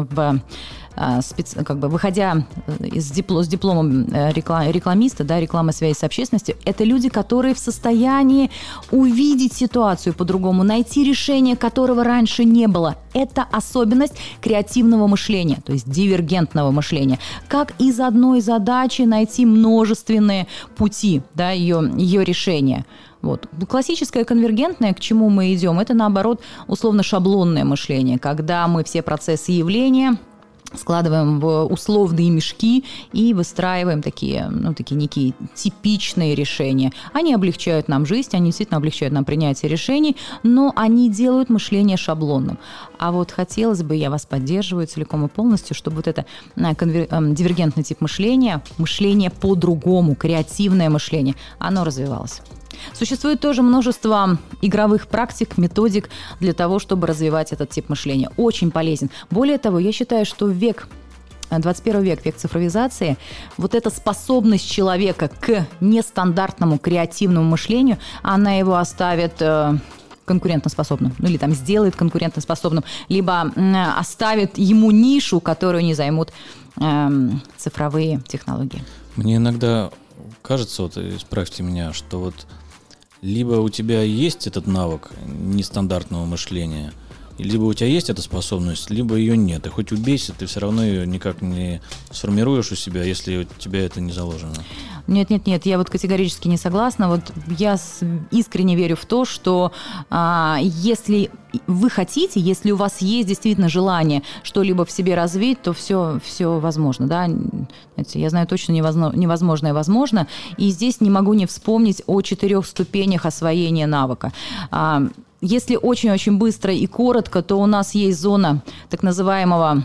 в Специ... как бы выходя из дипло... с дипломом рекламиста, да, рекламы связи с общественностью, это люди, которые в состоянии увидеть ситуацию по-другому, найти решение, которого раньше не было. Это особенность креативного мышления, то есть дивергентного мышления. Как из одной задачи найти множественные пути, да, ее, ее решения. Вот. Классическое конвергентное, к чему мы идем, это, наоборот, условно-шаблонное мышление, когда мы все процессы явления складываем в условные мешки и выстраиваем такие, ну, такие некие типичные решения. Они облегчают нам жизнь, они действительно облегчают нам принятие решений, но они делают мышление шаблонным. А вот хотелось бы, я вас поддерживаю целиком и полностью, чтобы вот это конвер... дивергентный тип мышления, мышление по-другому, креативное мышление, оно развивалось. Существует тоже множество игровых практик, методик для того, чтобы развивать этот тип мышления. Очень полезен. Более того, я считаю, что век, двадцать первый век, век цифровизации, вот эта способность человека к нестандартному креативному мышлению, она его оставит э, конкурентоспособным, ну или там сделает конкурентоспособным, либо э, оставит ему нишу, которую не займут э, цифровые технологии. Мне иногда кажется, вот исправьте меня, что вот либо у тебя есть этот навык нестандартного мышления, либо у тебя есть эта способность, либо ее нет. И хоть убейся, ты все равно ее никак не сформируешь у себя, если у тебя это не заложено. Нет, нет, нет, я вот категорически не согласна. Вот я искренне верю в то, что а, если вы хотите, если у вас есть действительно желание что-либо в себе развить, то все, все возможно. Да? Знаете, я знаю точно невозможно, невозможное возможно. И здесь не могу не вспомнить о четырех ступенях освоения навыка. А, если очень-очень быстро и коротко, то у нас есть зона так называемого...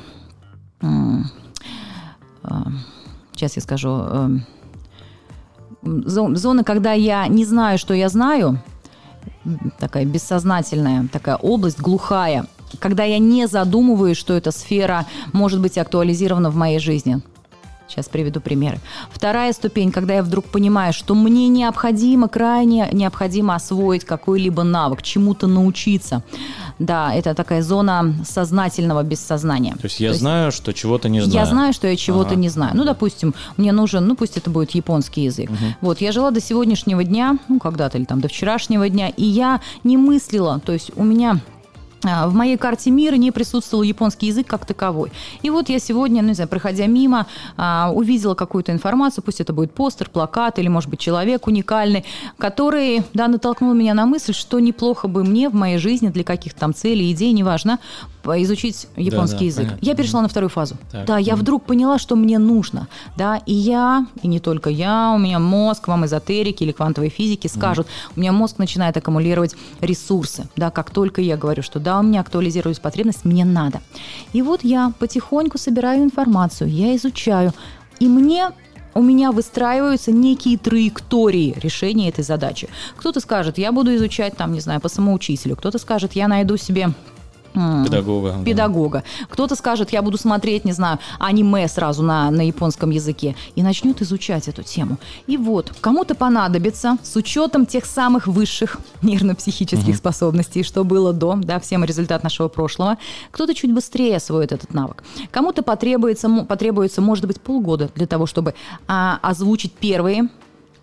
Сейчас я скажу... Зона, когда я не знаю, что я знаю, такая бессознательная, такая область глухая, когда я не задумываюсь, что эта сфера может быть актуализирована в моей жизни. Сейчас приведу примеры. Вторая ступень, когда я вдруг понимаю, что мне необходимо, крайне необходимо освоить какой-либо навык, чему-то научиться. Да, это такая зона сознательного бессознания. То есть я То знаю, есть, что чего-то не знаю. Я знаю, что я чего-то ага. не знаю. Ну, допустим, мне нужен, ну, пусть это будет японский язык. Угу. Вот, я жила до сегодняшнего дня, ну, когда-то или там до вчерашнего дня, и я не мыслила, то есть у меня... В моей карте мира не присутствовал японский язык как таковой. И вот я сегодня, ну, не знаю, проходя мимо, увидела какую-то информацию, пусть это будет постер, плакат или, может быть, человек уникальный, который, да, натолкнул меня на мысль, что неплохо бы мне в моей жизни для каких-то там целей, идей, неважно, изучить японский да, да, язык. Понятно. Я перешла на вторую фазу. Так. Да, я вдруг поняла, что мне нужно. Да, и я, и не только я, у меня мозг, вам эзотерики или квантовой физики скажут, mm. у меня мозг начинает аккумулировать ресурсы. Да, как только я говорю, что да, у меня актуализируется потребность, мне надо. И вот я потихоньку собираю информацию, я изучаю, и мне... у меня выстраиваются некие траектории решения этой задачи. Кто-то скажет, я буду изучать, там, не знаю, по самоучителю. Кто-то скажет, я найду себе... Педагога. Педагога. Да. Кто-то скажет, я буду смотреть, не знаю, аниме сразу на, на японском языке и начнет изучать эту тему. И вот, кому-то понадобится, с учетом тех самых высших нервно-психических угу. способностей, что было до, да, всем результат нашего прошлого, кто-то чуть быстрее освоит этот навык. Кому-то потребуется, потребуется, может быть, полгода для того, чтобы а, озвучить первые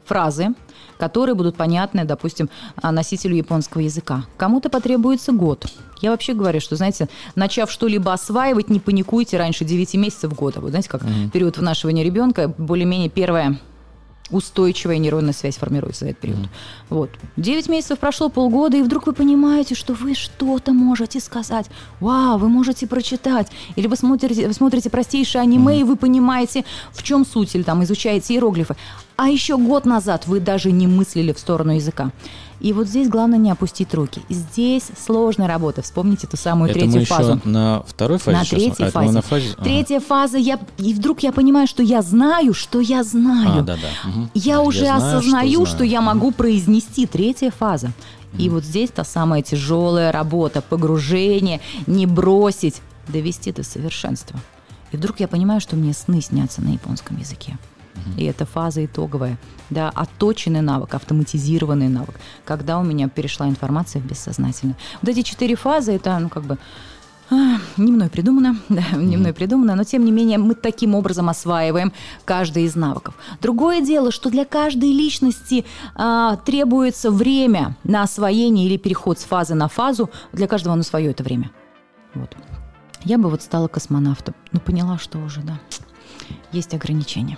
фразы, которые будут понятны, допустим, носителю японского языка. Кому-то потребуется год. Я вообще говорю, что, знаете, начав что-либо осваивать, не паникуйте раньше девяти месяцев года. Вот знаете, как mm-hmm. период внашивания ребенка, более-менее первая устойчивая нейронная связь формируется в этот период. Mm-hmm. Вот. девять месяцев прошло, полгода, и вдруг вы понимаете, что вы что-то можете сказать. Вау, вы можете прочитать. Или вы смотрите, вы смотрите простейшее аниме, mm-hmm. и вы понимаете, в чем суть, или там изучаете иероглифы. А еще год назад вы даже не мыслили в сторону языка. И вот здесь главное не опустить руки. Здесь сложная работа. Вспомните ту самую это третью мы фазу. Еще на второй фазе? На сейчас? третьей а фазе. На фазе? Третья ага. фаза, я, и вдруг я понимаю, что я знаю, что я знаю. А, да, да. Угу. Я я уже знаю, осознаю, что, что я могу произнести. Третья фаза. И угу. вот здесь та самая тяжелая работа, погружение, не бросить, довести до совершенства. И вдруг я понимаю, что мне сны снятся на японском языке. И это фаза итоговая, да, отточенный навык, автоматизированный навык, когда у меня перешла информация в бессознательное. Вот эти четыре фазы, это, ну, как бы, а, не мной придумано, да, mm-hmm. не мной придумано, но, тем не менее, мы таким образом осваиваем каждый из навыков. Другое дело, что для каждой личности а, требуется время на освоение или переход с фазы на фазу, для каждого оно свое это время. Вот. Я бы вот стала космонавтом, но поняла, что уже, да, есть ограничения.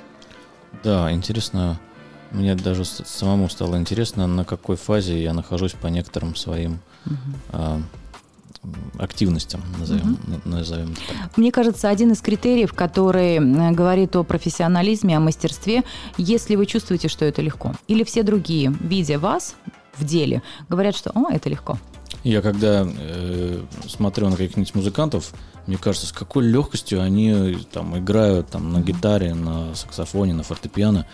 Да, интересно, мне даже самому стало интересно, на какой фазе я нахожусь по некоторым своим uh-huh. а, активностям, назовем, uh-huh. назовем это так. Мне кажется, один из критериев, который говорит о профессионализме, о мастерстве, если вы чувствуете, что это легко. Или все другие, видя вас в деле, говорят, что «О, это легко». Я когда э, смотрю на каких-нибудь музыкантов, мне кажется, с какой легкостью они там играют там, на гитаре, на саксофоне, на фортепиано.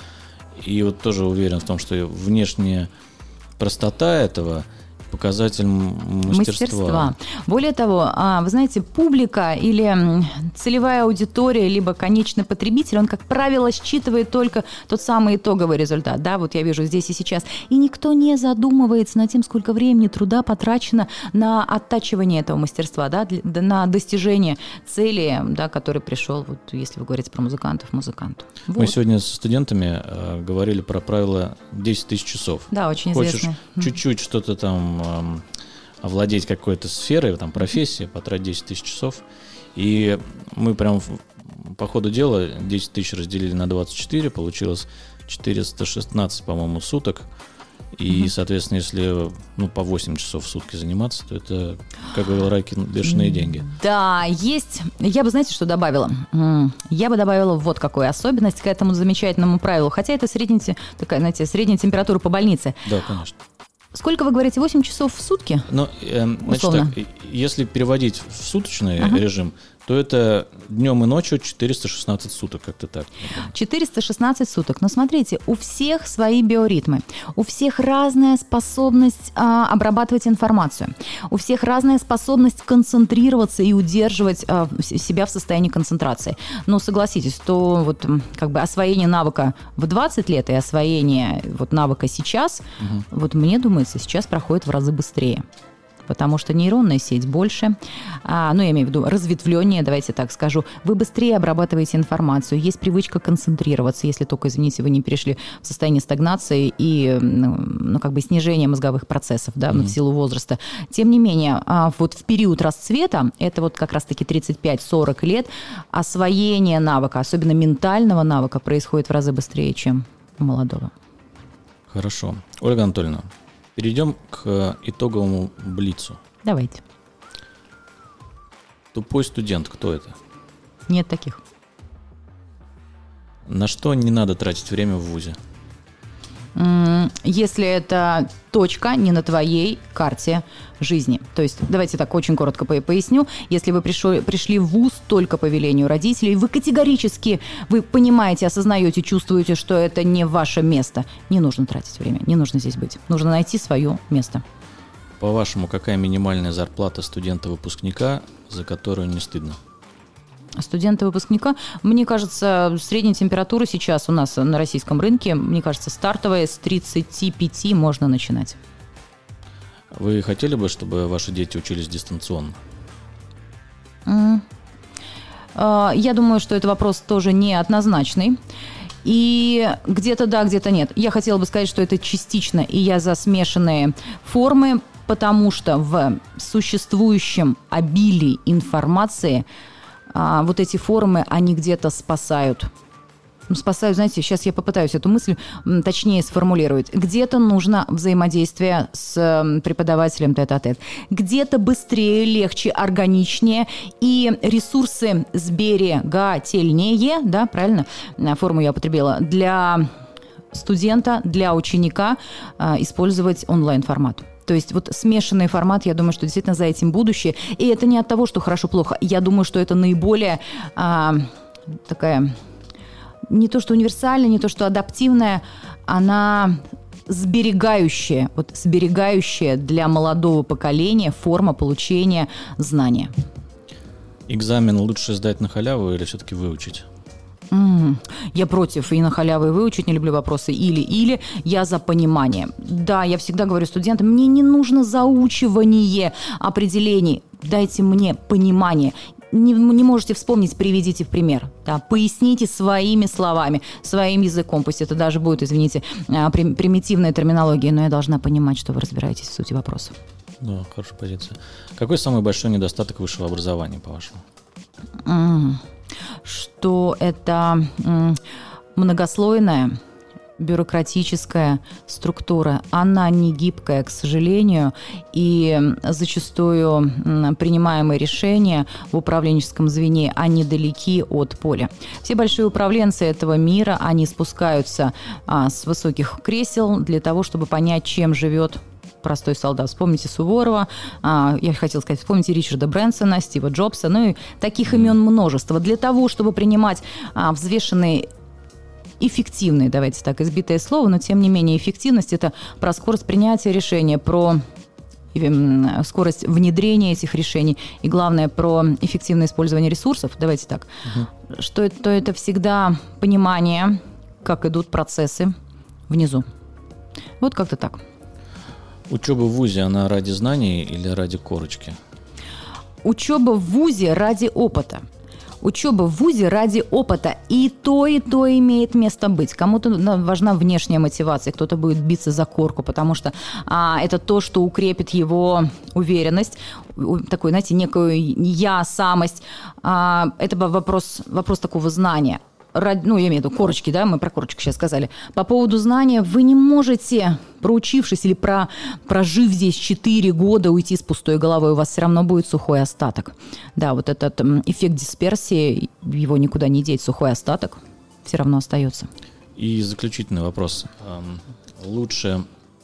И вот тоже уверен в том, что внешняя простота этого показатель мастерства. мастерства. Более того, вы знаете, публика или целевая аудитория, либо конечный потребитель, он, как правило, считывает только тот самый итоговый результат. Да, вот я вижу здесь и сейчас. И никто не задумывается над тем, сколько времени, труда потрачено на оттачивание этого мастерства, да, на достижение цели, да, который пришел, вот, если вы говорите про музыкантов, музыканту. Вот. Мы сегодня со студентами э, говорили про правило десять тысяч часов. Да, очень известно. Хочешь чуть-чуть что-то там овладеть какой-то сферой, там, профессией, потратить десять тысяч часов. И мы прям по ходу дела десять тысяч разделили на двадцать четыре, получилось четыреста шестнадцать, по-моему, суток. И, угу. соответственно, если ну, по восемь часов в сутки заниматься, то это, как говорил Райкин, бешеные деньги. Да, есть. Я бы, знаете, что добавила? Я бы добавила вот какую особенность к этому замечательному правилу. Хотя это средняя, такая, знаете, средняя температура по больнице. Да, конечно. Сколько вы говорите, восемь часов в сутки? Ну, э, значит так, если переводить в суточный ага. режим, то это днем и ночью четыреста шестнадцать суток, как-то так. четыреста шестнадцать суток. Но смотрите, у всех свои биоритмы, у всех разная способность а, обрабатывать информацию, у всех разная способность концентрироваться и удерживать а, себя в состоянии концентрации. Но согласитесь, то вот как бы освоение навыка в двадцать лет и освоение вот навыка сейчас, угу. вот мне думается, сейчас проходит в разы быстрее. Потому что нейронная сеть больше, а, ну, я имею в виду разветвленнее, давайте так скажу, вы быстрее обрабатываете информацию, есть привычка концентрироваться, если только, извините, вы не перешли в состояние стагнации и, ну, как бы снижения мозговых процессов, да, mm-hmm. в силу возраста. Тем не менее, а, вот в период расцвета, это вот как раз-таки тридцать пять сорок лет, освоение навыка, особенно ментального навыка, происходит в разы быстрее, чем у молодого. Хорошо. Ольга Анатольевна, перейдем к итоговому блицу. Давайте. Тупой студент, кто это? Нет таких. На что не надо тратить время в вузе? Если это точка не на твоей карте жизни. То есть, давайте так очень коротко поясню. Если вы пришли, пришли в вуз только по велению родителей, вы категорически, вы понимаете, осознаете, чувствуете, что это не ваше место. Не нужно тратить время, не нужно здесь быть. Нужно найти свое место. По-вашему, какая минимальная зарплата студента-выпускника, за которую не стыдно? Студента-выпускника, мне кажется, средняя температура сейчас у нас на российском рынке, мне кажется, стартовая с тридцати пяти можно начинать. Вы хотели бы, чтобы ваши дети учились дистанционно? Mm. Я думаю, что это вопрос тоже неоднозначный. И где-то да, где-то нет. Я хотела бы сказать, что это частично, и я за смешанные формы, потому что в существующем обилии информации а, вот эти формы, они где-то спасают. Спасают, знаете, сейчас я попытаюсь эту мысль точнее сформулировать. Где-то нужно взаимодействие с преподавателем тет-а-тет. Где-то быстрее, легче, органичнее. И ресурсы сберегательнее, да, правильно, форму я употребила, для студента, для ученика использовать онлайн-формат. То есть вот смешанный формат, я думаю, что действительно за этим будущее. И это не от того, что хорошо-плохо. Я думаю, что это наиболее а, такая... не то, что универсальная, не то, что адаптивная, она сберегающая, вот сберегающая для молодого поколения форма получения знания. Экзамен лучше сдать на халяву или все-таки выучить? Mm. Я против и на халяву, и выучить, не люблю вопросы или-или, я за понимание. Да, я всегда говорю студентам, мне не нужно заучивание определений, дайте мне понимание. Не, не можете вспомнить, приведите в пример. Да, поясните своими словами, своим языком. Пусть это даже будет, извините, примитивная терминология, но я должна понимать, что вы разбираетесь в сути вопроса. Да, хорошая позиция. Какой самый большой недостаток высшего образования, по-вашему? Mm. Что это м, многослойная бюрократическая структура. Она не гибкая, к сожалению, и зачастую принимаемые решения в управленческом звене, они далеки от поля. Все большие управленцы этого мира, они спускаются а, с высоких кресел для того, чтобы понять, чем живет простой солдат. Вспомните Суворова, а, я хотела сказать, вспомните Ричарда Брэнсона, Стива Джобса, ну и таких имен множество. Для того, чтобы принимать а, взвешенные эффективные, давайте так, избитое слово, но тем не менее эффективность – это про скорость принятия решения, про скорость внедрения этих решений и, главное, про эффективное использование ресурсов, давайте так, угу. что это, это всегда понимание, как идут процессы внизу. Вот как-то так. Учеба в вузе, она ради знаний или ради корочки? Учеба в вузе ради опыта. Учеба в вузе ради опыта. И то, и то имеет место быть. Кому-то важна внешняя мотивация, кто-то будет биться за корку, потому что а, это то, что укрепит его уверенность, такой, знаете, некую я-самость. А, это вопрос, вопрос такого знания. Ну, я имею в виду корочки, да, мы про корочку сейчас сказали. По поводу знания вы не можете, проучившись или про, прожив здесь четыре года, уйти с пустой головой, у вас все равно будет сухой остаток. Да, вот этот эффект дисперсии, его никуда не деть, сухой остаток все равно остается. И заключительный вопрос. Лучше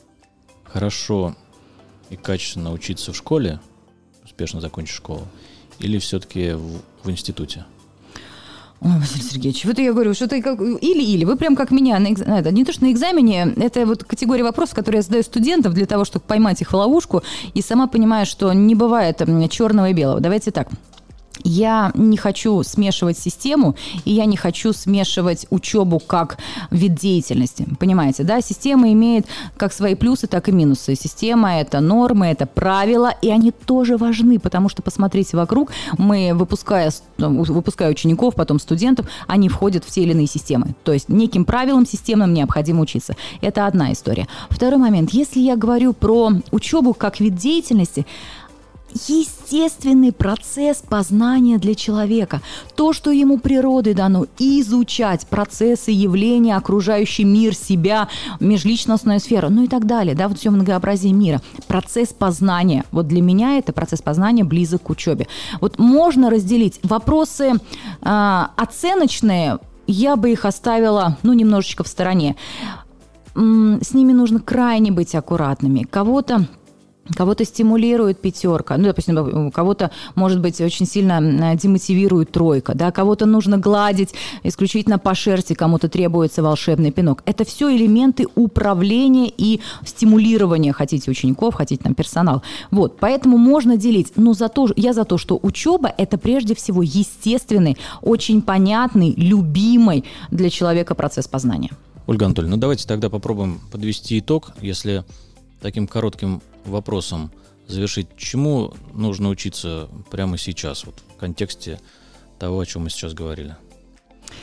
хорошо и качественно учиться в школе, успешно закончить школу, или все-таки в, в институте? Ой, Василий Сергеевич, вот я говорю, что это как или-или. Вы прям как меня, на экз... это не то, что на экзамене, это вот категория вопросов, которые я задаю студентам для того, чтобы поймать их в ловушку, и сама понимаю, что не бывает черного и белого. Давайте так. Я не хочу смешивать систему, и я не хочу смешивать учебу как вид деятельности. Понимаете, да? Система имеет как свои плюсы, так и минусы. Система – это нормы, это правила, и они тоже важны, потому что, посмотрите вокруг, мы, выпуская, выпуская учеников, потом студентов, они входят в те или иные системы. То есть неким правилам системным необходимо учиться. Это одна история. Второй момент. Если я говорю про учебу как вид деятельности – естественный процесс познания для человека. То, что ему природой дано, изучать процессы, явления, окружающий мир, себя, межличностную сферу, ну и так далее. Да, вот все многообразие мира. Процесс познания. Вот для меня это процесс познания близок к учебе. Вот можно разделить вопросы э, оценочные, я бы их оставила, ну, немножечко в стороне. М- с ними нужно крайне быть аккуратными. Кого-то Кого-то стимулирует пятерка, ну, допустим, кого-то, может быть, очень сильно демотивирует тройка, да, кого-то нужно гладить исключительно по шерсти, кому-то требуется волшебный пинок. Это все элементы управления и стимулирования, хотите учеников, хотите там персонал. Вот, поэтому можно делить, но зато, я за то, что учеба – это прежде всего естественный, очень понятный, любимый для человека процесс познания. Ольга Анатольевна, ну давайте тогда попробуем подвести итог, если таким коротким вопросом завершить, чему нужно учиться прямо сейчас, вот в контексте того, о чем мы сейчас говорили?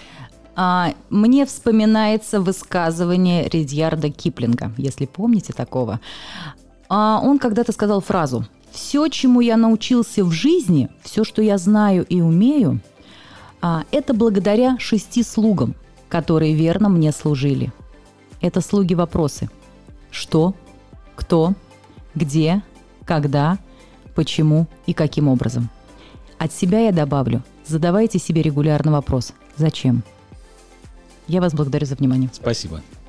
А, мне вспоминается высказывание Редьярда Киплинга, если помните такого. А, он когда-то сказал фразу: «Все, чему я научился в жизни, все, что я знаю и умею, а, это благодаря шести слугам, которые верно мне служили». Это слуги-вопросы. Что, кто, где, когда, почему и каким образом. От себя я добавлю: задавайте себе регулярно вопрос: зачем? Я вас благодарю за внимание. Спасибо.